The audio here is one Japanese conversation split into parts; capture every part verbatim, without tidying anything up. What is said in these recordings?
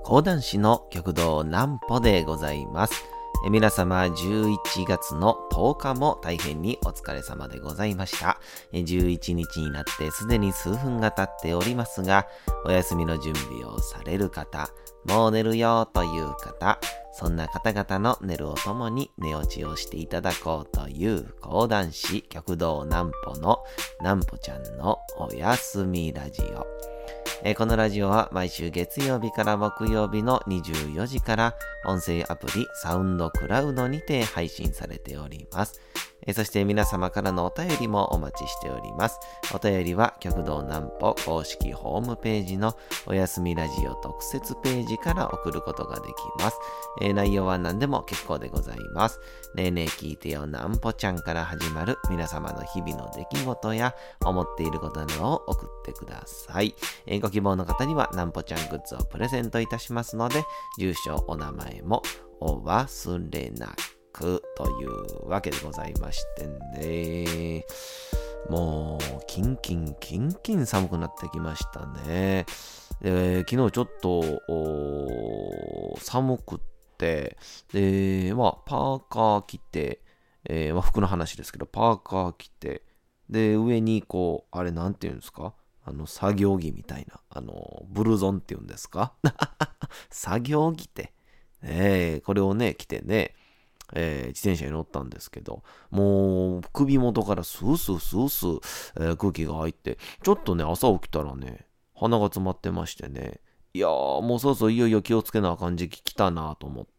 講談師の旭堂南歩でございます。え皆様じゅういちがつのとおかも大変にお疲れ様でございました。えじゅういちにちになってすでに数分が経っておりますが、お休みの準備をされる方、もう寝るよという方、そんな方々の寝るをともに寝落ちをしていただこうという講談師旭堂南歩の南歩ちゃんのおやすみラジオ。えー、このラジオは毎週月曜日から木曜日のにじゅうよじから音声アプリサウンドクラウドにて配信されております。えー、そして皆様からのお便りもお待ちしております。お便りは旭堂南歩公式ホームページのおやすみラジオ特設ページから送ることができます。えー、内容は何でも結構でございます。ねえねえ聞いてよ南歩ちゃんから始まる皆様の日々の出来事や思っていることなどを送ってください。えー、ご希望の方には南歩ちゃんグッズをプレゼントいたしますので、住所お名前もお忘れなくというわけでございましてね。もうキンキンキンキン寒くなってきましたね。で昨日ちょっと寒くってで、まあ、パーカー着て、えーまあ、服の話ですけどパーカー着てで上にこうあれなんていうんですか、あの作業着みたいな、あのブルゾンっていうんですか作業着って、えー、これをね着てね、えー、自転車に乗ったんですけど、もう首元からスースースースー、えー、空気が入って、ちょっとね朝起きたらね鼻が詰まってましてね、いやーもうそろそろいよいよ気をつけなあかん時期来たなと思って、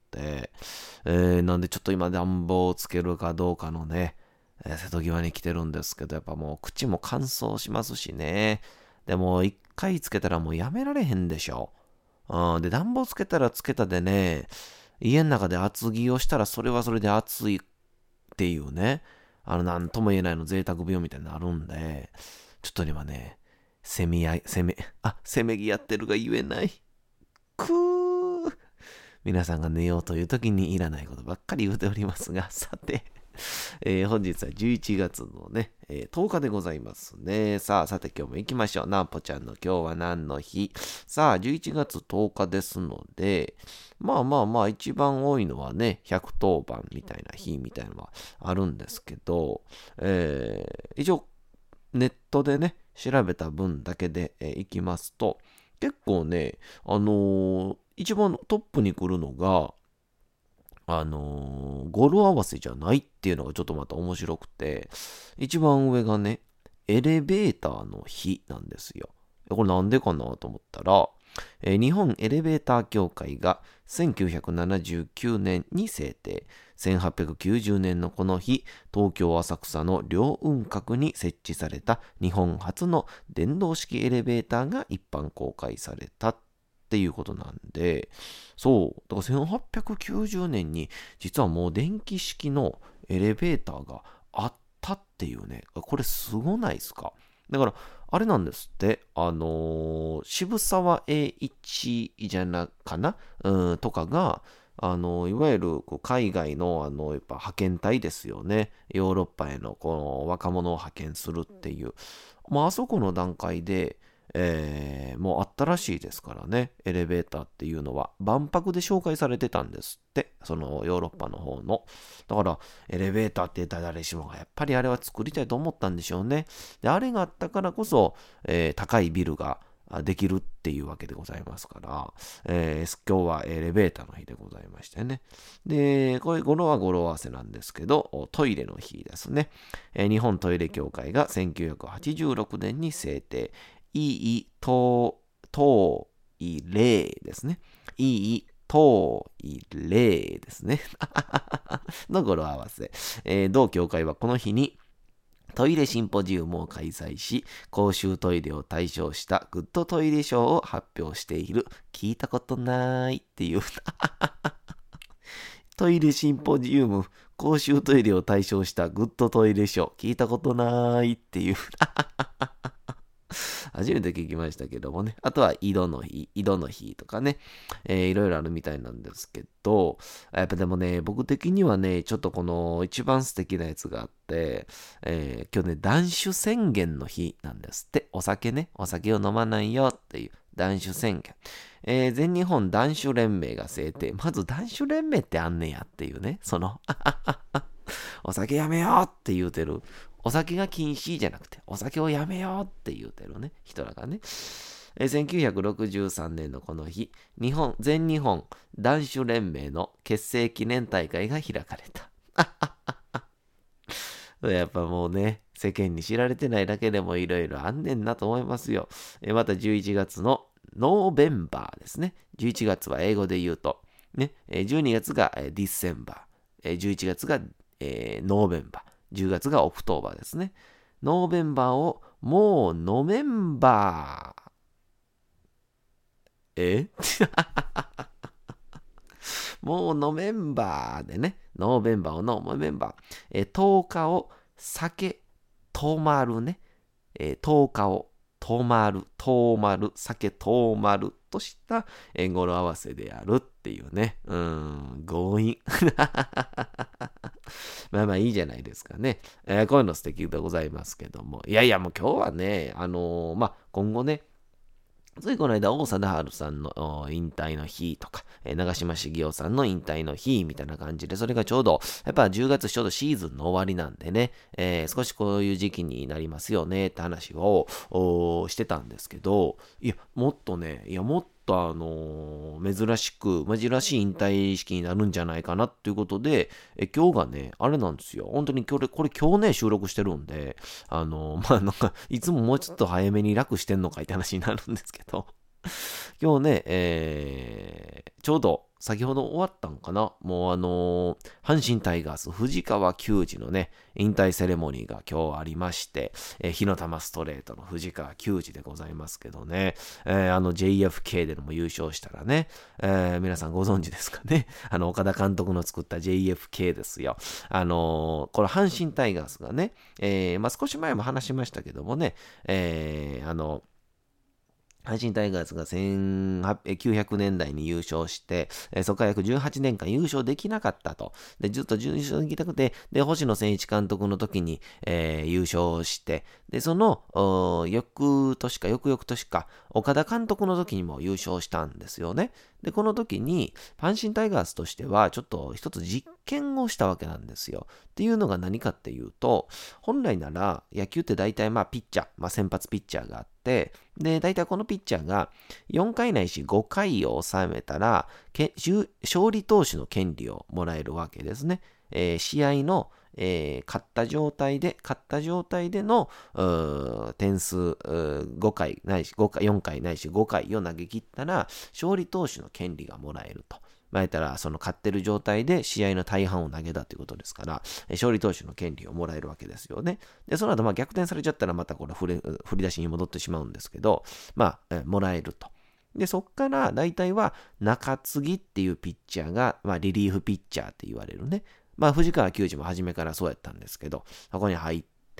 えー、なんでちょっと今暖房をつけるかどうかのね、えー、瀬戸際に来てるんですけど、やっぱもう口も乾燥しますしね。でも一回つけたらもうやめられへんでしょ。うん、で暖房つけたらつけたでね、家の中で厚着をしたらそれはそれで暑いっていうね、あのなんとも言えないの贅沢病みたいになるんで、ちょっと今ねせめ合いせめあせめぎやってるが言えない。くー皆さんが寝ようという時にいらないことばっかり言うておりますが、さてえー、本日はじゅういちがつのね、えー、とおかでございますね。さあ、さて今日も行きましょう。なんぽちゃんの今日は何の日？さあ、じゅういちがつとおかですので、まあまあまあ、一番多いのはね、ひゃくとおばんみたいな日みたいなのはあるんですけど、えー、一応、ネットでね、調べた分だけで、えー、いきますと、結構ね、あのー、一番トップに来るのが、あのー語呂合わせじゃないっていうのがちょっとまた面白くて、一番上がね、エレベーターの日なんですよ。これなんでかなと思ったら、えー日本エレベーター協会がせんきゅうひゃくななじゅうきゅうねんに制定、せんはっぴゃくきゅうじゅうねんのこの日、東京浅草の凌雲閣に設置された日本初の電動式エレベーターが一般公開されたっていうことなんで、そう、だからせんはっぴゃくきゅうじゅうねんに実はもう電気式のエレベーターがあったっていうね、これすごないですか？だから、あれなんですって、あのー渋沢栄一じゃなかな、うん、とかが、あのいわゆるこう海外のあのやっぱ派遣隊ですよね。ヨーロッパへのこの若者を派遣するっていう。まあ、あそこの段階で、えーもうあったらしいですからね。エレベーターっていうのは万博で紹介されてたんですって。そのヨーロッパの方の。だからエレベーターって言ったら誰しもがやっぱりあれは作りたいと思ったんでしょうね。で、あれがあったからこそ、えー高いビルがあできるっていうわけでございますから、えー今日はエレベーターの日でございましてね。で、これ語呂は語呂合わせなんですけど、トイレの日ですね。えー日本トイレ協会がせんきゅうひゃくはちじゅうろくねんに制定。いいトトイレですね。いいトイレですね。の語呂合わせ。えー同協会はこの日にトイレシンポジウムを開催し、公衆トイレを対象したグッドトイレ賞を発表している。聞いたことないっていう。トイレシンポジウム、公衆トイレを対象したグッドトイレ賞。聞いたことないっていう。初めて聞きましたけどもね。あとは井戸の日、井戸の日とかね、えーいろいろあるみたいなんですけど、やっぱでもね、僕的にはね、ちょっとこの一番素敵なやつがあって、えー今日ね、断酒宣言の日なんですって。お酒ね、お酒を飲まないよっていう。 断酒宣言。えー、全日本断酒連盟が制定。まず断酒連盟ってあんねやっていうね。その、お酒やめようって言うてる。お酒が禁止じゃなくて、お酒をやめようって言うてるね。人らがね。えー、せんきゅうひゃくろくじゅうさんねんのこの日、日本、全日本断酒連盟の結成記念大会が開かれた。やっぱもうね、世間に知られてないだけでもいろいろあんねんなと思いますよ。えまたじゅういちがつのノーベンバーですね。じゅういちがつは英語で言うと、ね、じゅうにがつがディセンバー、じゅういちがつが、えー、ノーベンバー、じゅうがつがオクトーバーですね。ノーベンバーをもうノメンバー。えもうノメンバーでね、ノーベンバーをノーベンバー、えー、とおかを酒止まるね、えー、とおかを止まる、止まる、酒止まるとした語呂合わせであるっていうね、うーん、強引。まあまあいいじゃないですかね、えー。こういうの素敵でございますけども、いやいやもう今日はね、あのー、まあ今後ね、ついこの間、王貞治さんの引退の日とか、長嶋茂雄さんの引退の日みたいな感じで、それがちょうど、やっぱじゅうがつちょうどシーズンの終わりなんでね、えー、少しこういう時期になりますよねって話をしてたんですけど、いや、もっとね、いや、もっとあのー、珍しく、珍しい引退式になるんじゃないかなっていうことで、え今日がね、あれなんですよ。本当にこれ、これ今日ね、収録してるんで、あのー、まあ、なんか、いつももうちょっと早めに楽してんのかいって話になるんですけど、今日ね、えー、ちょうど先ほど終わったんかな。もうあのー、阪神タイガース藤川球児のね、引退セレモニーが今日ありまして、えー、火の玉ストレートの藤川球児でございますけどね、えー、あの ジェイエフケー でのも優勝したらね、えー、皆さんご存知ですかね。あの岡田監督の作った ジェイエフケー ですよ。あのー、これ阪神タイガースがね、えー、まあ、少し前も話しましたけどもね、えー、あの、阪神タイガースがせんきゅうひゃくねんだいに優勝して、えー、そこから約じゅうはちねんかん優勝できなかったと。で、ずっと優勝できたくて、で、星野千一監督の時に、えー、優勝して、で、その、翌年か、翌々年か、岡田監督の時にも優勝したんですよね。で、この時に、阪神タイガースとしては、ちょっと一つ実験をしたわけなんですよ。っていうのが何かっていうと、本来なら、野球って大体、まあ、ピッチャー、まあ、先発ピッチャーがあって、で、大体このピッチャーがよんかいないしごかいを抑えたら、勝利投手の権利をもらえるわけですね。えー、試合の、えー、勝った状態で、勝った状態での点数ごかいないしごかい、よんかいないしごかいを投げ切ったら、勝利投手の権利がもらえると。まあ、言ったら、その勝ってる状態で試合の大半を投げたということですから、勝利投手の権利をもらえるわけですよね。で、その後、まあ逆転されちゃったらまたこれ振り、振り出しに戻ってしまうんですけど、まあ、もらえると。で、そっから大体は中継ぎっていうピッチャーが、まあリリーフピッチャーって言われるね。まあ藤川球児も初めからそうやったんですけど、そこに入って、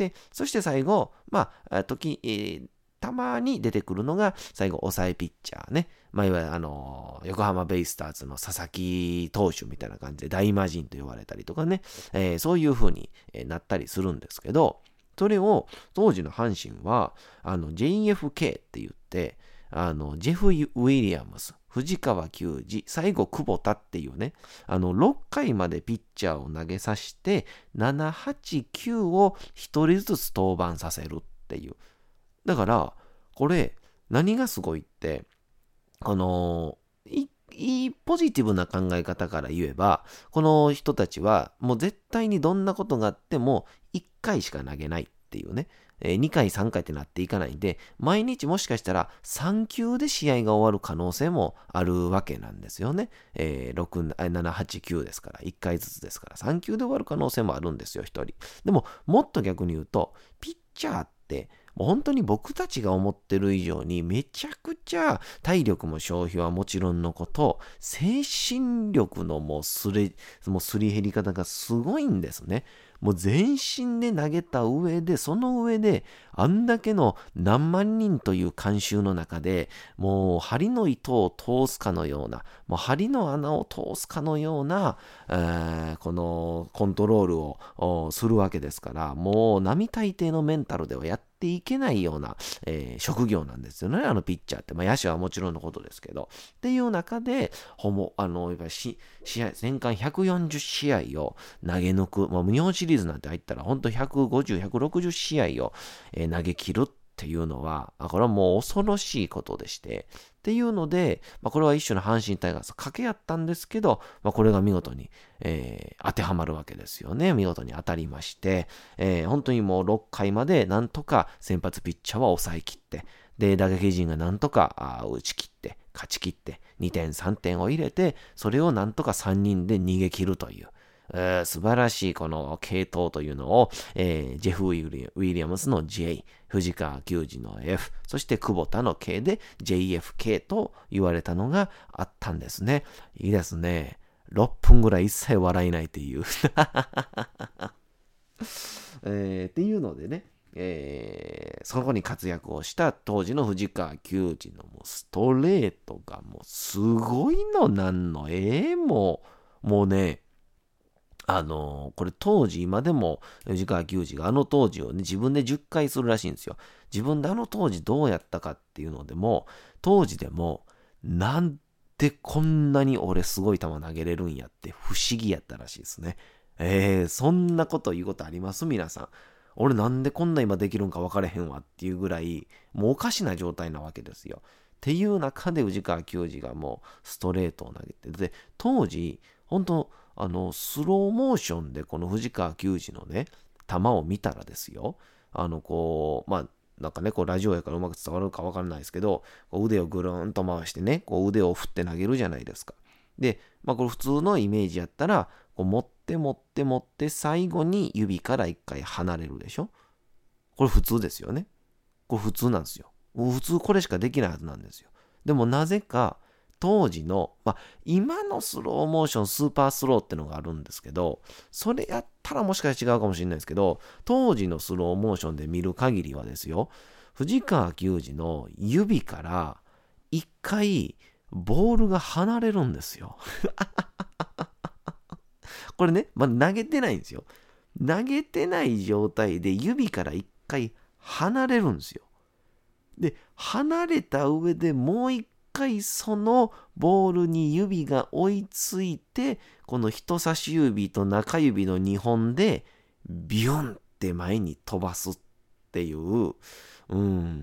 そして最後、まあ、時、えーたまに出てくるのが最後抑えピッチャーね。まあ、いわゆるあの横浜ベイスターズの佐々木投手みたいな感じで大魔神と呼ばれたりとかね、えー、そういう風になったりするんですけど、それを当時の阪神はあの ジェイエフケー って言ってあのジェフ・ウィリアムス、藤川球児、最後久保田っていうね、あのろっかいまでピッチャーを投げさせてなな、はち、きゅうをひとりずつ登板させるっていう。だから、これ、何がすごいって、あのい、いいポジティブな考え方から言えば、この人たちは、もう絶対にどんなことがあっても、いっかいしか投げないっていうね、えー、にかい、さんかいってなっていかないんで、毎日もしかしたらさんきゅうで試合が終わる可能性もあるわけなんですよね。えー、ろく、なな、はち、きゅうですから、いっかいずつですから、さんきゅうで終わる可能性もあるんですよ、ひとり。でも、もっと逆に言うと、ピッチャーって、もう本当に僕たちが思ってる以上にめちゃくちゃ体力も消費はもちろんのこと、精神力のもうすれ、もうすり減り方がすごいんですね。もう全身で投げた上で、その上であんだけの何万人という観衆の中で、もう針の糸を通すかのような、もう針の穴を通すかのような、えーこのコントロールをおするわけですから、もう並大抵のメンタルではやっていけないような、えー職業なんですよね、あのピッチャーって。まあ、野手はもちろんのことですけど。っていう中で、ほぼ、あの、やっぱりし試合、年間ひゃくよんじゅうしあいを投げ抜く、もう日本シリーズなんて入ったら、ほんとひゃくごじゅう、ひゃくろくじゅうしあいを、えー投げ切るっていうのは、あこれはもう恐ろしいことでして、っていうので、まあ、これは一種の阪神タイガース賭けやったんですけど、まあ、これが見事に、えー当てはまるわけですよね。見事に当たりまして、えー本当にもうろっかいまでなんとか先発ピッチャーは抑えきって、で、打撃陣がなんとかあ打ち切って、勝ち切って、にてんさんてんを入れて、それをなんとかさんにんで逃げ切るという、えー素晴らしいこの系統というのを、えージェフ・ウィリアウィリアムスの J、藤川球児の F、そして久保田の K で ジェイエフケー と言われたのがあったんですね。いいですね。ろっぷんぐらい一切笑えないっていう、えーっていうのでね、えーそこに活躍をした当時の藤川球児のもうストレートがもうすごいのなんの、ええもう、もうね、あのーこれ当時、今でも藤川球児があの当時をね、自分でじゅっかいするらしいんですよ。自分であの当時どうやったかっていうのでも、当時でも、なんでこんなに俺すごい球投げれるんやって不思議やったらしいですね。えー、そんなこと言うことあります皆さん。俺なんでこんな今できるんか分かれへんわっていうぐらい、もうおかしな状態なわけですよ。っていう中で藤川球児がもうストレートを投げて、で、当時、本当あの、スローモーションでこの藤川球児のね、球を見たらですよ、あの、こう、まあ、なんかね、こうラジオやからうまく伝わるか分からないですけど、こう腕をぐるーんと回してね、こう腕を振って投げるじゃないですか。で、まあこれ普通のイメージやったら、こう持って持って持って最後に指から一回離れるでしょ。これ普通ですよね。これ普通なんですよ。普通これしかできないはずなんですよ。でもなぜか当時の、まあ今のスローモーションスーパースローってのがあるんですけど、それやったらもしかしたら違うかもしれないですけど、当時のスローモーションで見る限りはですよ、藤川球児の指から一回ボールが離れるんですよ。これね、まだ投げてないんですよ。投げてない状態で指から一回離れるんですよ。で、離れた上でもう一回そのボールに指が追いついて、この人差し指と中指のにほんでビュンって前に飛ばすっていう、うん、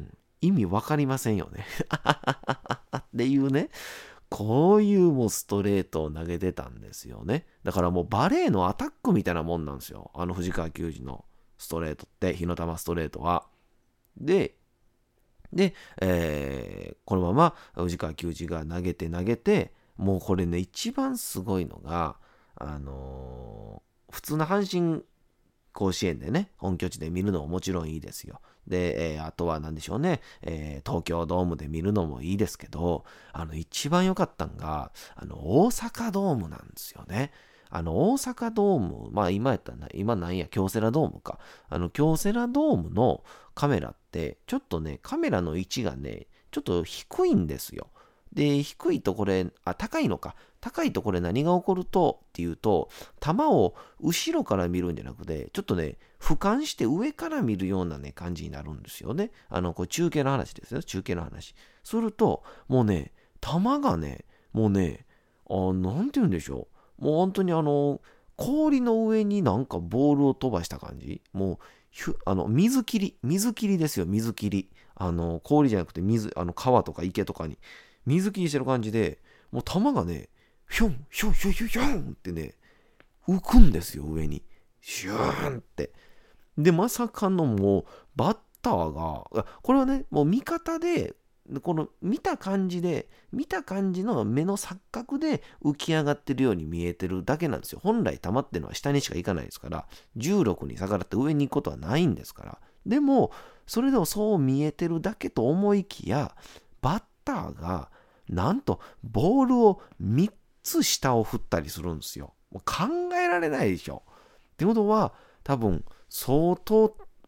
意味わかりませんよね。っていうね、こういうもうストレートを投げてたんですよね。だからもうバレーのアタックみたいなもんなんですよ。あの藤川球児のストレートって、火の玉ストレートは。で、で、えーこのまま藤川球児が投げて投げて、もうこれね、一番すごいのが、あのー普通の阪神甲子園でね、本拠地で見るのももちろんいいですよ。で、えーあとは何でしょうね、えー東京ドームで見るのもいいですけど、あの、一番良かったんが、あの、大阪ドームなんですよね。あの、大阪ドーム、まあ今やったらな、今なんや、京セラドームか。あの、京セラドームのカメラって、ちょっとね、カメラの位置がね、ちょっと低いんですよ。で、低いとこれ、あ、高いのか。高いとこれ何が起こるとっていうと、球を後ろから見るんじゃなくて、ちょっとね、俯瞰して上から見るようなね、感じになるんですよね。あの、これ中継の話ですよ。中継の話。すると、もうね、球がね、もうね、あ、なんて言うんでしょう。もう本当にあの、氷の上になんかボールを飛ばした感じ。もう、ひゅあの、水切り。水切りですよ、水切り。あの、氷じゃなくて水、あの、川とか池とかに。水切りしてる感じで、もう球がね、ひょん、ひょん、ひょん、ひょん、ひょんってね、浮くんですよ、上に。シューンって。で、まさかのもう、バッターが、これはね、もう見方で、この見た感じで、見た感じの目の錯覚で浮き上がってるように見えてるだけなんですよ。本来球ってのは下にしか行かないですから、重力に逆らって上に行くことはないんですから。でも、それでもそう見えてるだけと思いきや、バッターが、なんと、ボールをみっつ下を振ったりするんですよ。もう考えられないでしょ。ってことは、多分、相当、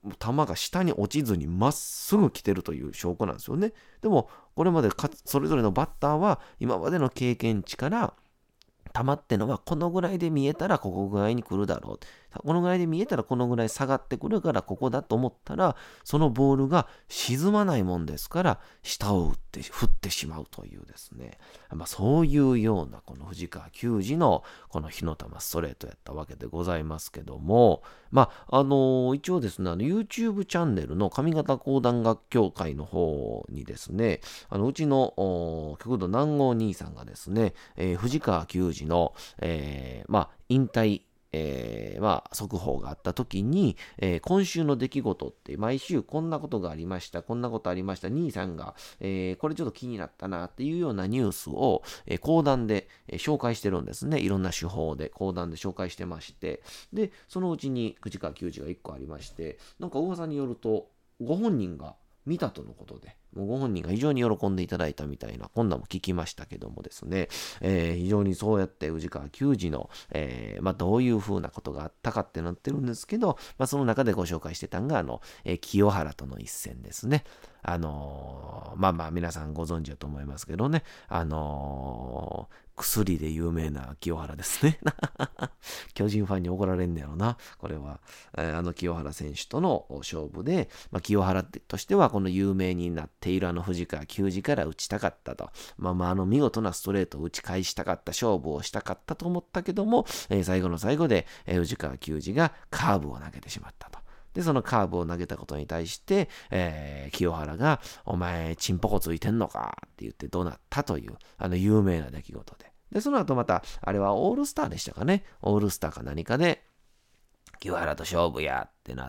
球が下に落ちずにまっすぐ来てるという証拠なんですよね。でも、これまでかそれぞれのバッターは今までの経験値から、球ってのはこのぐらいで見えたらここぐらいに来るだろう。このぐらいで見えたらこのぐらい下がってくるからここだと思ったら、そのボールが沈まないもんですから、下を打って振ってしまうというですね。まあそういうようなこの藤川球児のこの火の玉ストレートやったわけでございますけども、まああのー一応ですね、あの YouTube チャンネルの上方講談楽協会の方にですね、あのうちのお極度南郷兄さんがですね、えー藤川球児の、えーまあ引退えー、まあ、速報があった時に、えー今週の出来事って毎週こんなことがありました、こんなことありました、兄さんが、えーこれちょっと気になったなっていうようなニュースを、えー講談で、えー紹介してるんですね。いろんな手法で講談で紹介してまして、で、そのうちに藤川球児がいっこありまして、なんか噂によると、ご本人が見たとのことで、もうご本人が非常に喜んでいただいたみたいな、こんなんも聞きましたけどもですね、えー非常にそうやって藤川球児の、えーまあ、どういうふうなことがあったかってなってるんですけど、まあ、その中でご紹介してたのが、あの、えー清原との一戦ですね。あのーまあまあ皆さんご存知だと思いますけどね、あのー薬で有名な清原ですね。巨人ファンに怒られんねやろな、これは。えーあの清原選手との勝負で、まあ、清原としてはこの有名になっているあの藤川球児から打ちたかったと。まあまああの見事なストレートを打ち返したかった、勝負をしたかったと思ったけども、えー最後の最後で、えー藤川球児がカーブを投げてしまったと。で、そのカーブを投げたことに対して、えー清原が、お前、チンポコついてんのかって言って怒鳴ったという、あの有名な出来事で。で、その後また、あれはオールスターでしたかね。オールスターか何かで、清原と勝負やってなって、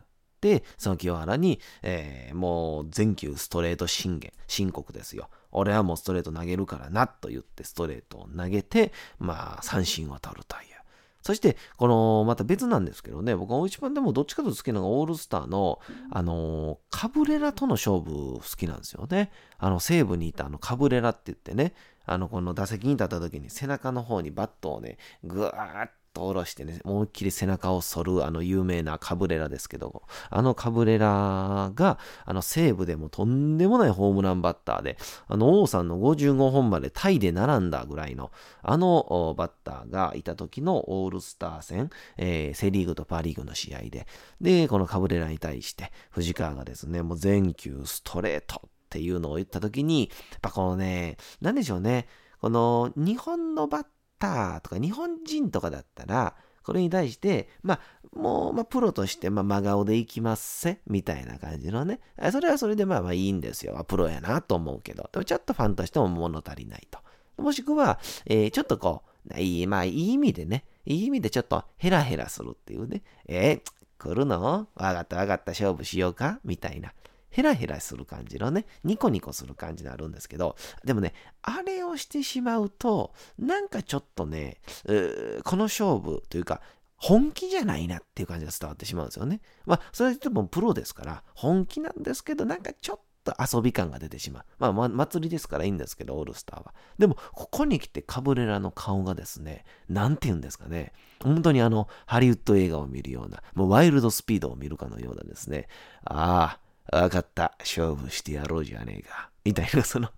その清原に、えーもう全球ストレート進言、申告ですよ。俺はもうストレート投げるからなと言ってストレートを投げて、まあ三振を取るという。そして、この、また別なんですけどね、僕は一番でもどっちかというと好きなのがオールスターの、あのーカブレラとの勝負好きなんですよね。あの、西武にいたあのカブレラって言ってね、あの、この打席に立った時に背中の方にバットをね、ぐわーっと下ろしてね、思いっきり背中を反るあの有名なカブレラですけど、あのカブレラが、あの西武でもとんでもないホームランバッターで、あの王さんのごじゅうごほんまでタイで並んだぐらいの、あのバッターがいた時のオールスター戦、えーセリーグとパリーグの試合で、で、このカブレラに対して、藤川がですね、もう全球ストレートっていうのを言った時に、やっぱこのね、なんでしょうね、この日本のバッターターとか日本人とかだったら、これに対して、まあ、もう、まあ、プロとして、まあ、真顔でいきますせ、みたいな感じのね。それはそれでまあまあいいんですよ。プロやなと思うけど。でもちょっとファンとしても物足りないと。もしくは、えーちょっとこう、いい、まあいい意味でね、いい意味でちょっとヘラヘラするっていうね。えー来るのわかったわかった勝負しようかみたいな。ヘラヘラする感じのね、ニコニコする感じになるんですけど、でもね、あれをしてしまうと、なんかちょっとね、うーこの勝負というか、本気じゃないなっていう感じが伝わってしまうんですよね。まあ、それは言ってもプロですから、本気なんですけど、なんかちょっと遊び感が出てしまう。まあ、ま祭りですからいいんですけど、オールスターは。でも、ここに来てカブレラの顔がですね、なんて言うんですかね、本当にあの、ハリウッド映画を見るような、もうワイルドスピードを見るかのようなですね、ああ、わかった。勝負してやろうじゃねえか。みたいな、その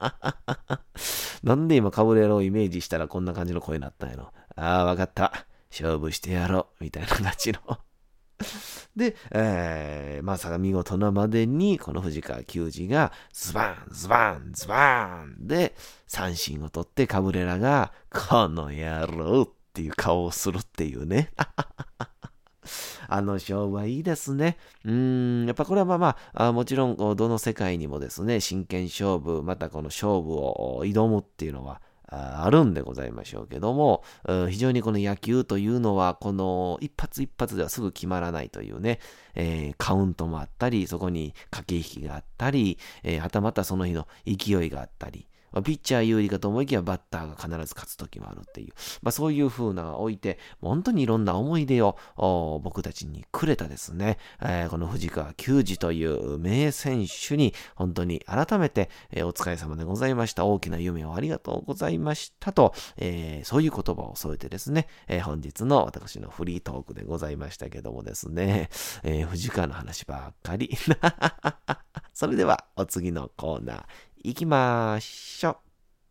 なんで今カブレラをイメージしたらこんな感じの声になったんやろ。ああ、わかった。勝負してやろう。みたいな感じので、えー、まさか見事なまでに、この藤川球児が、ズバン、ズバン、ズバンで、三振を取ってカブレラが、この野郎っていう顔をするっていうね。あの勝負はいいですね。うーん、やっぱこれはまあまあ、あもちろん、どの世界にもですね、真剣勝負、またこの勝負を挑むっていうのは、ああるんでございましょうけども、非常にこの野球というのは、この一発一発ではすぐ決まらないというね、えーカウントもあったり、そこに駆け引きがあったり、えーはたまたその日の勢いがあったり、 ピッチャー有利かと思いきやバッターが必ず勝つ時もあるっていう、まあ、そういう風な置いて、本当にいろんな思い出を僕たちにくれたですね、えー、この藤川球児という名選手に本当に改めて、えー、お疲れ様でございました。大きな夢をありがとうございましたと、えー、そういう言葉を添えてですね、えー、本日の私のフリートークでございましたけどもですね、えー、藤川の話ばっかり。それではお次のコーナー行きましょう。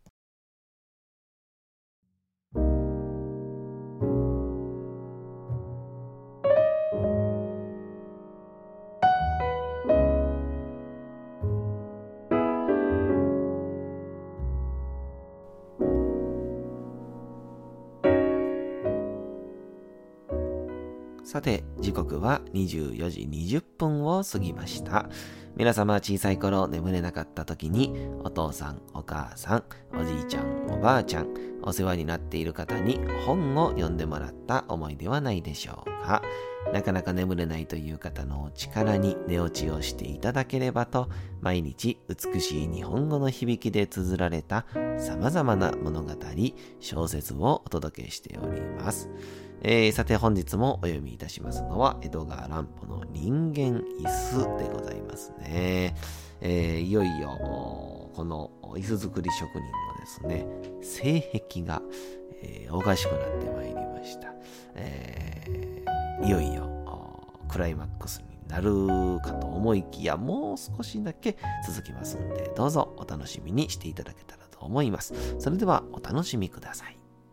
さて、時刻はにじゅうよじにじゅっぷんを過ぎました。皆様小さい頃眠れなかった時にお父さん、お母さん、おじいちゃん、おばあちゃん、お世話になっている方に本を読んでもらった思い出はないでしょうか。なかなか眠れないという方のお力に寝落ちをしていただければと、毎日美しい日本語の響きで綴られた様々な物語、小説をお届けしております。えー、さて本日もお読みいたしますのは江戸川乱歩の人間椅子でございますね。えー、いよいよこの椅子作り職人のですね性癖が、えー、おかしくなってまいりました。えー、いよいよクライマックスになるかと思いきや、もう少しだけ続きますんで、どうぞお楽しみにしていただけたらと思います。それではお楽しみください。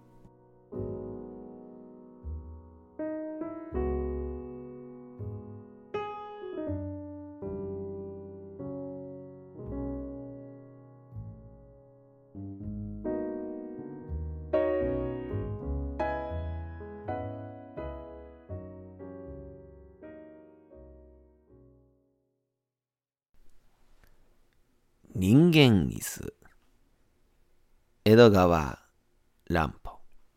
人間椅子、江戸川乱歩。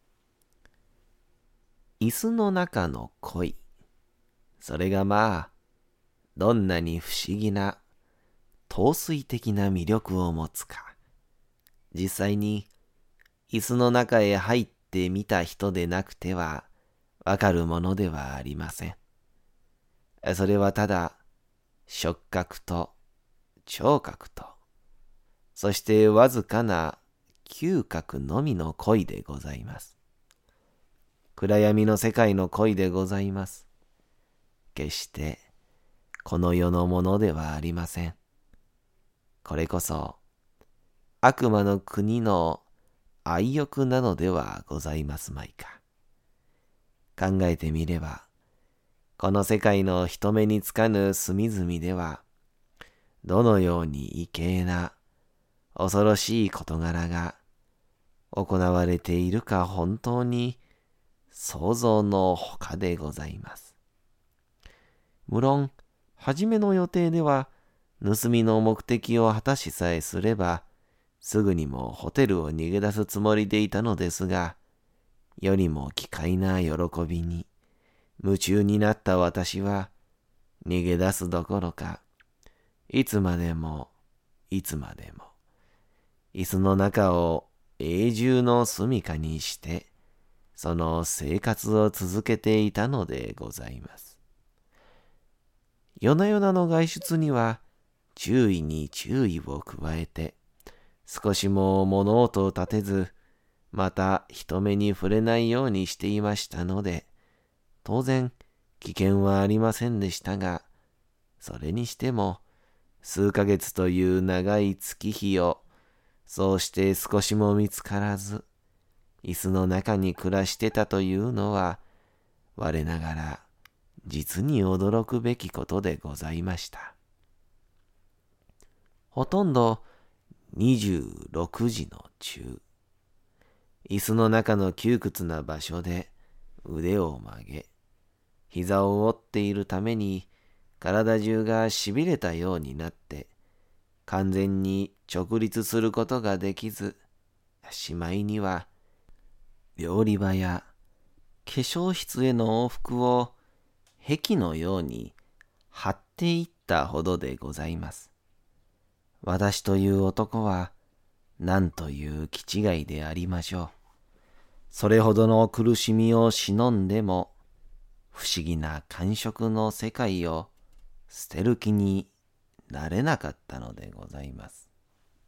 椅子の中の恋、それがまあどんなに不思議な陶酔的な魅力を持つか、実際に椅子の中へ入ってみた人でなくてはわかるものではありません。それはただ触覚と聴覚と、そしてわずかな嗅覚のみの恋でございます。暗闇の世界の恋でございます。決してこの世のものではありません。これこそ悪魔の国の愛欲なのではございますまいか。考えてみれば、この世界の人目につかぬ隅々では、どのように異形な恐ろしい事柄が行われているか本当に想像のほかでございます。無論、初めの予定では、盗みの目的を果たしさえすれば、すぐにもホテルを逃げ出すつもりでいたのですが、よりも奇怪な喜びに夢中になった私は、逃げ出すどころか、いつまでも、いつまでも、椅子の中を永住の住処にして、その生活を続けていたのでございます。夜な夜なの外出には注意に注意を加えて、少しも物音を立てず、また人目に触れないようにしていましたので、当然危険はありませんでしたが、それにしても数ヶ月という長い月日を、そうして少しも見つからず、椅子の中に暮らしてたというのは、我ながら実に驚くべきことでございました。ほとんどにじゅうろくじの中、椅子の中の窮屈な場所で腕を曲げ、膝を折っているために体中がしびれたようになって、完全に直立することができず、しまいには料理場や化粧室への往復を壁のように張っていったほどでございます。私という男はなんという気違いでありましょう。それほどの苦しみを忍んでも、不思議な感触の世界を捨てる気になれなかったのでございます。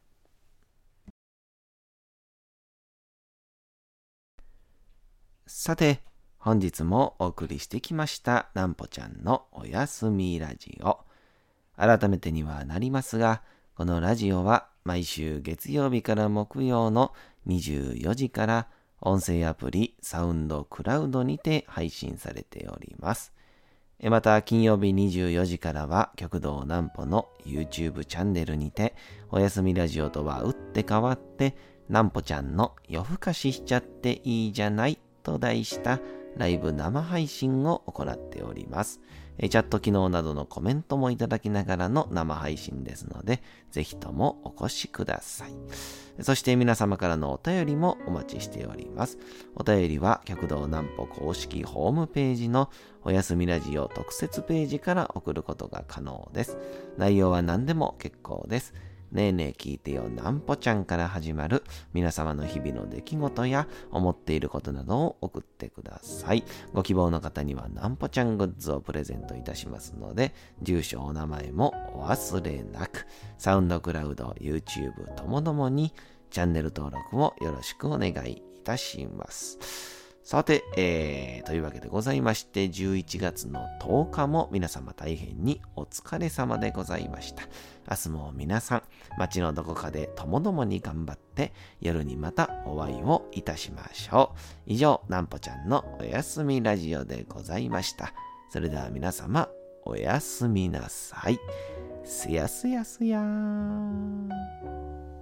さて、本日もお送りしてきましたなんぽちゃんのおやすみラジオ。改めてにはなりますが、このラジオは毎週月曜日から木曜のにじゅうよじから音声アプリサウンドクラウドにて配信されております。また金曜日にじゅうよじからは極道南歩の YouTube チャンネルにておやすみラジオとは打って変わって南歩ちゃんの夜更かししちゃっていいじゃないと題したライブ生配信を行っております。チャット機能などのコメントもいただきながらの生配信ですので、ぜひともお越しください。そして皆様からのお便りもお待ちしております。お便りは極道南歩公式ホームページのおやすみラジオ特設ページから送ることが可能です。内容は何でも結構です。ねえねえ聞いてよなんぽちゃんから始まる皆様の日々の出来事や思っていることなどを送ってください。ご希望の方にはなんぽちゃんグッズをプレゼントいたしますので、住所お名前もお忘れなく。サウンドクラウド、YouTube ともどもにチャンネル登録をよろしくお願いいたします。さて、えー、というわけでございまして、じゅういちがつのとおかも皆様大変にお疲れ様でございました。明日も皆さん、街のどこかでともどもに頑張って、夜にまたお会いをいたしましょう。以上、なんぽちゃんのおやすみラジオでございました。それでは皆様、おやすみなさい。すやすやすやーん。